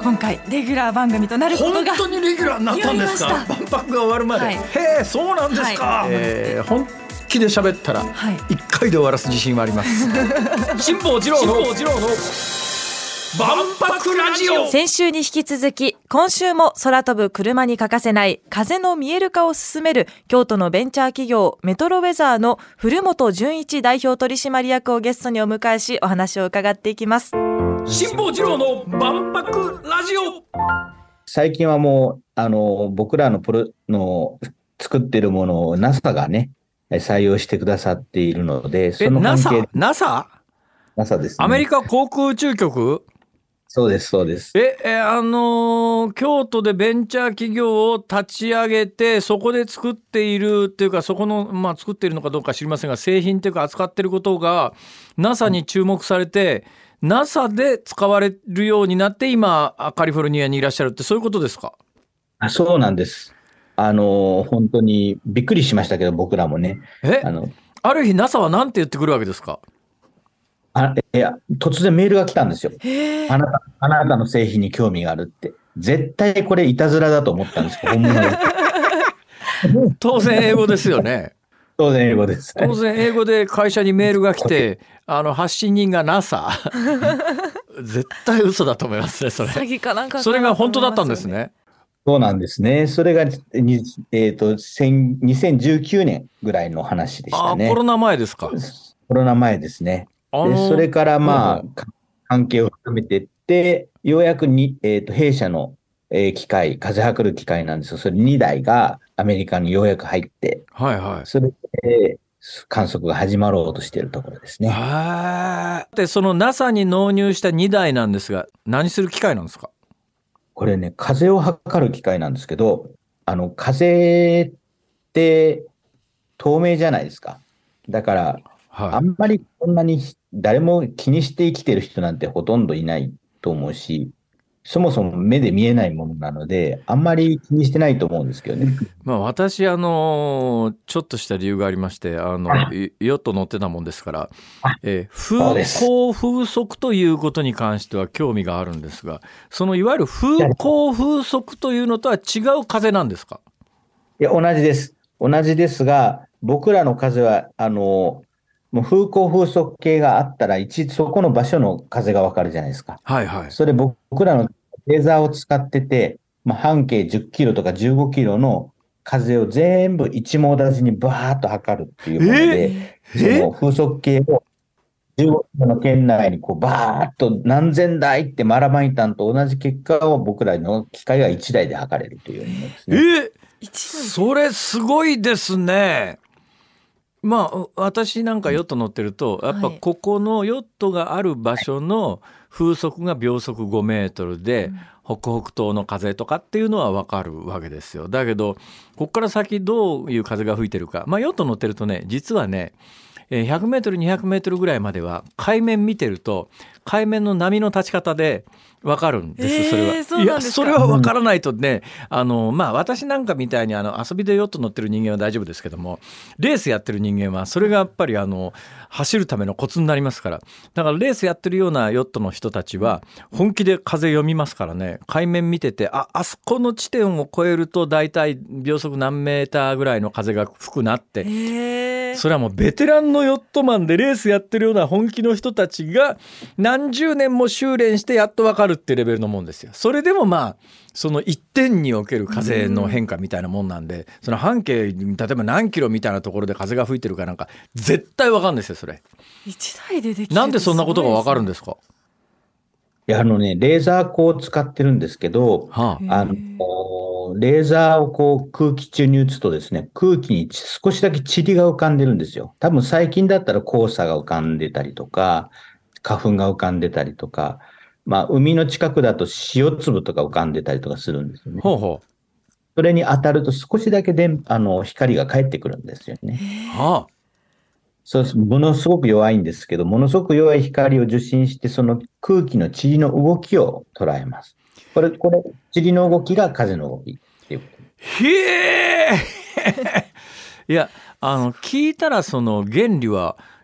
今回レギュラー番組となることが本当にレギュラーになったんですか？万博が終わるまで、 はい、 へえ、そうなんですか、本気で喋ったら1回で終わらす自信はあります辛坊治郎の万博ラジオ。 先週に引き続き今週も空飛ぶ車に欠かせない風の見える化を進める京都のベンチャー企業メトロウェザーの古本純一代表取締役をゲストにお迎えしお話を伺っていきます。 辛坊治郎の万博ラジオ。 最近はもう僕らの作っているものを NASA がね採用してくださっているので、その関係で NASA ですね。 アメリカ航空宇宙局。 そうですそうです。 京都でベンチャー企業を立ち上げて、そこで作っているっていうか、そこの作っているのかどうか知りませんが、製品っていうか扱っていることが NASA に注目されて、NASA で使われるようになって今カリフォルニアにいらっしゃるって、そういうことですか？ そうなんです。本当にびっくりしましたけど、僕らもね。 ある日 NASA は何て言ってくるわけですか？ いや、突然メールが来たんですよ。あなたの製品に興味があるって。絶対これいたずらだと思ったんですけど、本物だ当然英語ですよね。 当然英語です。 当然英語で会社にメールが来て、発信人が NASA 絶対嘘だと思いますね。それが本当だったんですね。 そうなんですね。それが2019年ぐらいの話でしたね。 コロナ前ですか？ コロナ前ですね。でそれから関係を深めていって、ようやくに、弊社の、機械、風測る機械なんですよ。それ2台がアメリカにようやく入って、それで観測が始まろうとしているところですね。 で、その NASA に納入した2台なんですが、何する機械なんですか？ これね、風を測る機械なんですけど、風って透明じゃないですか。だから、あんまりこんなに誰も気にして生きてる人なんてほとんどいないと思うし、そもそも目で見えないものなので、あんまり気にしてないと思うんですけどね。 私、ちょっとした理由がありまして、ヨット乗ってたもんですから、風向風速ということに関しては興味があるんですが、そのいわゆる風向風速というのとは違う風なんですか？ いや、同じです。同じですが、僕らの風は、もう風向風速計があったら、そこの場所の風がわかるじゃないですか。それ僕らのレーザーを使ってて、半径10キロとか15キロの風を全部一網打尽にバーッと測るっていうもので、その風速計を15キロの圏内にこうバーッと何千台ってマラマイタンと同じ結果を僕らの機械が1台で測れるというものですね。 それすごいですね。私なんかヨット乗ってると、やっぱここのヨットがある場所の風速が秒速5メートルで、北北東の風とかっていうのは分かるわけですよ。だけどここから先どういう風が吹いてるか、ヨット乗ってるとね、実はね、100メートル200メートルぐらいまでは海面見てると海面の波の立ち方で分かるんです。それはそうなんですか？ それは分からないとね、私なんかみたいに遊びでヨット乗ってる人間は大丈夫ですけども、レースやってる人間はそれがやっぱり走るためのコツになりますから。だからレースやってるようなヨットの人たちは本気で風読みますからね、海面見てて、あそこの地点を越えるとだいたい秒速何メーターぐらいの風が吹くなって、それはもうベテランのヨットマンでレースやってるような本気の人たちが何十年も修練してやっと分かるってレベルのもんですよ。それでもその一点における風の変化みたいなもんなんで、その半径例えば何キロみたいなところで風が吹いてるかなんか絶対分かるんですよ。それ 1台でできる。 なんでそんなことが分かるんですか？ いや、レーザー光を使ってるんですけど、レーザーをこう空気中に打つとですね、空気に少しだけ塵が浮かんでるんですよ。多分最近だったら黄砂が浮かんでたりとか、花粉が浮かんでたりとか、海の近くだと塩粒とか浮かんでたりとかするんですよね。それに当たると少しだけ光が返ってくるんですよね。そうです。ものすごく弱いんですけど、ものすごく弱い光を受信して、その空気の塵の動きを捉えます。これ、塵の動きが風の動きっていうこと。 へえいや、聞いたらその原理は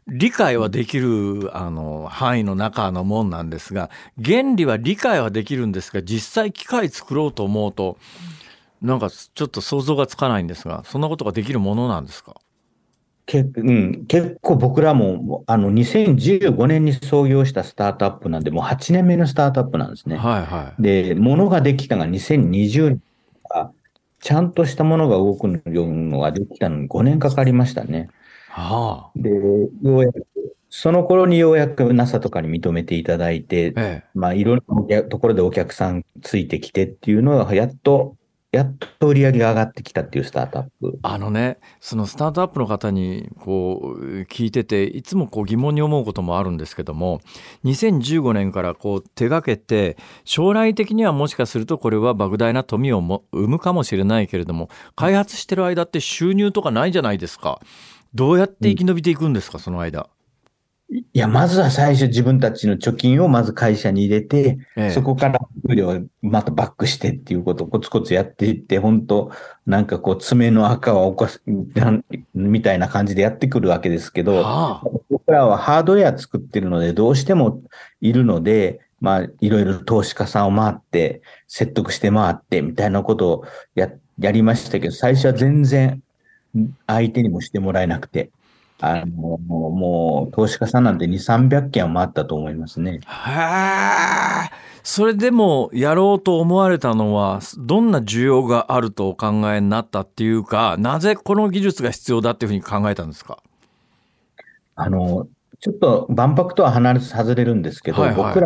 理解はできる範囲の中のもんなんですが、原理は理解はできるんですが、実際機械作ろうと思うとなんかちょっと想像がつかないんですが、そんなことができるものなんですか？ 結構僕らも、2015年に創業したスタートアップなんで、もう8年目のスタートアップなんですね。 はいはい。 で、ものができたのが2020年からちゃんとしたものが動くのができたのに5年かかりましたね。 はあ。 で、ようやく、その頃にようやく NASA とかに認めていただいて、 ええ。 まあ、いろんなところでお客さんついてきてっていうのが、やっと売り上げが上がってきたっていうスタートアップ。 そのスタートアップの方にこう聞いてて、いつもこう疑問に思うこともあるんですけども、2015年からこう手がけて、将来的にはもしかするとこれは莫大な富を生むかもしれないけれども、開発してる間って収入とかないじゃないですか。どうやって生き延びていくんですか、その間。 いや、まずは最初自分たちの貯金をまず会社に入れて、そこから給料をまたバックしてっていうことをコツコツやっていって、本当なんかこう爪の赤はみたいな感じでやってくるわけですけど、僕らはハードウェア作ってるのでどうしてもいるので、まあいろいろ投資家さんを回って、説得して回ってみたいなことをやりましたけど、最初は全然相手にもしてもらえなくて。もう、投資家さんなんて2、300件は回ったと思いますね。 へえ。それでもやろうと思われたのは、どんな需要があるとお考えになったっていうか、なぜこの技術が必要だっていうふうに考えたんですか？ ちょっと万博とは外れるんですけど、僕ら、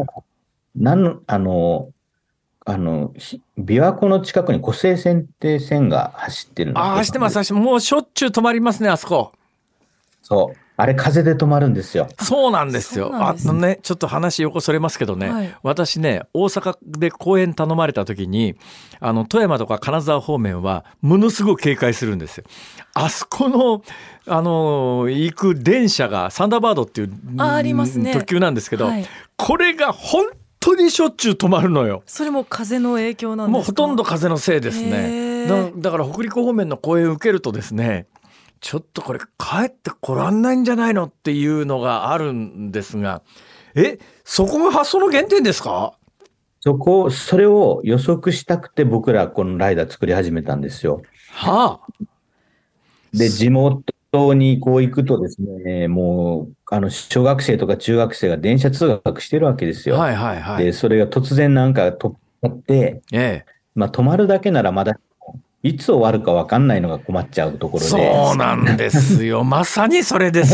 琵琶湖の近くに湖西線って線が走ってるんです。 走ってます。もうしょっちゅう止まりますね、あそこ。 そう。あれ風で止まるんですよ。 そうなんですよ。ちょっと話横それますけどね、私ね、大阪で公演頼まれた時に、富山とか金沢方面はものすごく警戒するんですよ。あそこの、行く電車がサンダーバードっていうありますね、 特急なんですけど、これが本当にしょっちゅう止まるのよ。 それも風の影響なんですか？ もうほとんど風のせいですね。だから北陸方面の公演を受けるとですね、ちょっとこれ帰ってこらんないんじゃないのっていうのがあるんですが、そこが発想の原点ですか？ それを予測したくて僕らこのライダー作り始めたんですよ。で、地元にこう行くとですね、もう、小学生とか中学生が電車通学してるわけですよ。で、それが突然なんか止まって、まあ止まるだけならまだ、いつ終わるか分かんないのが困っちゃうところで。 そうなんですよ。まさにそれです。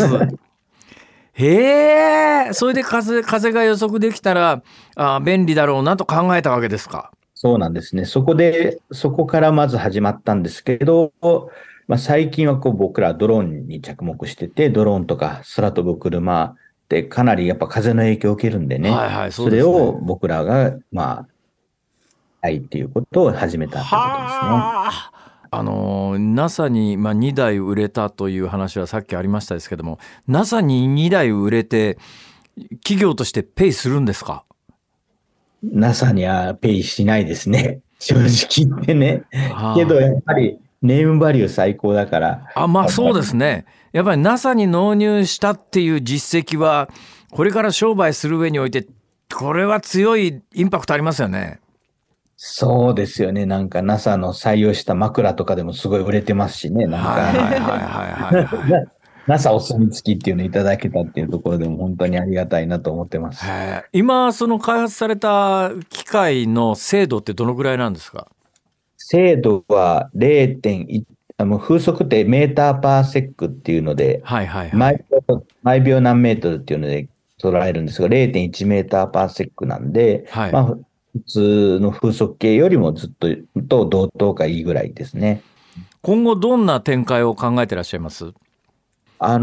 それで風が予測できたら便利だろうなと考えたわけですか？ そうなんですね。そこからまず始まったんですけど、まあ、最近はこう僕らドローンに着目してて、ドローンとか空飛ぶ車ってかなりやっぱ風の影響を受けるんでね。それを僕らがっていうことを始めたってことですね。 NASA に2台売れたという話はさっきありましたですけども、 NASA に2台売れて企業としてペイするんですか？ NASA にはペイしないですね、正直言ってね。けどやっぱりネームバリュー最高だから。 まあそうですね。やっぱり NASA に納入したっていう実績はこれから商売する上において、これは強いインパクトありますよね。 そうですよね。なんか NASA の採用した枕とかでもすごい売れてますしね。なんかNASA お墨付きっていうのをいただけたっていうところでも本当にありがたいなと思ってます。 今その開発された機械の精度ってどのぐらいなんですか？ 精度は 0.1、風速ってメーターパーセックっていうので、毎秒何メートルっていうので捉えるんですが、0.1 メーターパーセックなんで、まあ普通の風速計よりもずっと同等かいいぐらいですね。 今後どんな展開を考えてらっしゃいます？ 万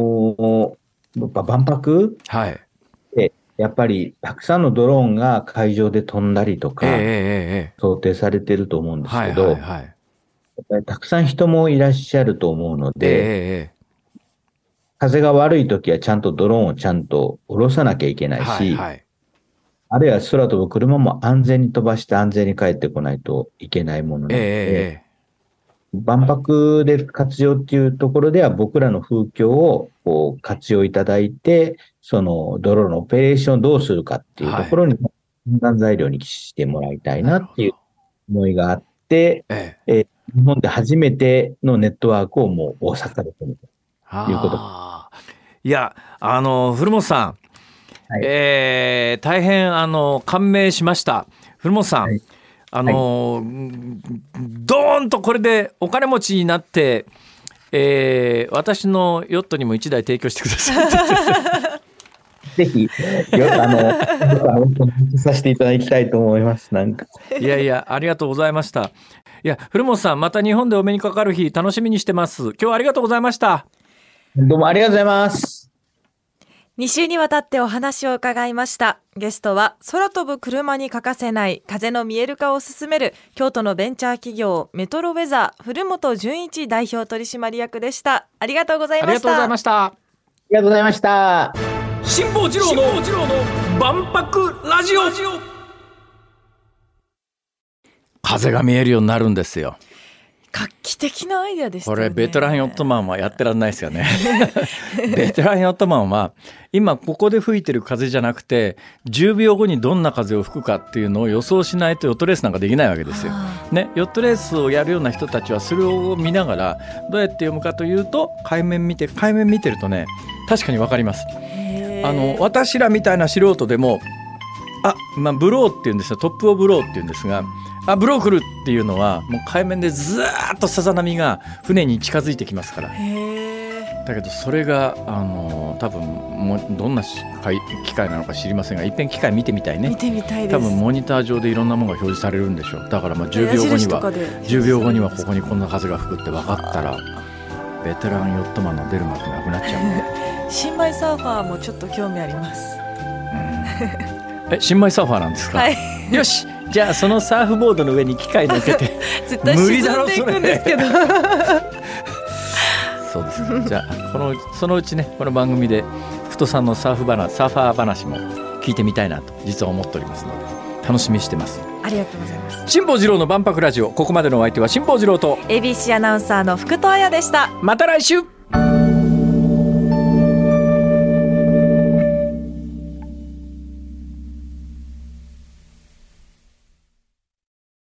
博、やっぱりたくさんのドローンが海上で飛んだりとか、想定されてると思うんですけど、たくさん人もいらっしゃると思うので、風が悪いときはちゃんとドローンをちゃんと下ろさなきゃいけないし、あるいは空飛ぶ車も安全に飛ばして安全に帰ってこないといけないものなので、 万博で活用っていうところでは、僕らの風況をこう活用いただいて、そのドローンのオペレーションをどうするかっていうところに、判断材料にしてもらいたいなっていう思いがあって、日本で初めてのネットワークをもう大阪で組むということ。 いや、古本さん、はい、大変感銘しました。古本さん、はい、ドーンとこれでお金持ちになって、私のヨットにも1台提供してください。 ぜひさせていただきたいと思います。なんかいやいや、ありがとうございました。いや、古本さん、また日本でお目にかかる日楽しみにしてます。今日はありがとうございました。 どうもありがとうございます。 2週にわたってお話を伺いました。ゲストは空飛ぶ車に欠かせない風の見える化を進める京都のベンチャー企業メトロウェザー古本純一代表取締役でした。ありがとうございました。 ありがとうございました。 ありがとうございました。 辛坊治郎の万博ラジオ。風が見えるようになるんですよ。 画期的なアイデアでしたね。 これベテランヨットマンはやってらんないですよね。ベテランヨットマンは今ここで吹いてる風じゃなくて10秒後にどんな風を吹くかっていうのを予想しないとヨットレースなんかできないわけですよ、ね、ヨットレースをやるような人たちはそれを見ながらどうやって読むかというと海面見てるとね、確かに分かります。私らみたいな素人でもブローっていうんですよ。トップオブローっていうんですが、ブロー来るっていうのはもう海面でずーっとさざ波が船に近づいてきますから。だけどそれが多分どんな機械なのか知りませんが、一遍機械見てみたいね。 見てみたいです。 多分モニター上でいろんなものが表示されるんでしょう。だから10秒後にはここにこんな風が吹くって分かったらベテランヨットマンの出る幕なくなっちゃうね。 新米サーファーもちょっと興味あります。 新米サーファーなんですか、はい、よし、じゃあそのサーフボードの上に機械乗っけて絶対沈んでいくんですけどそうですね。じゃあそのうちね、この番組で福さんのサーファー話も聞いてみたいなと実は思っておりますので楽しみにしてます。 ありがとうございます。 辛坊治郎の万博ラジオ、ここまでのお相手は辛坊治郎と ABC アナウンサーの福戸彩でした。 また来週。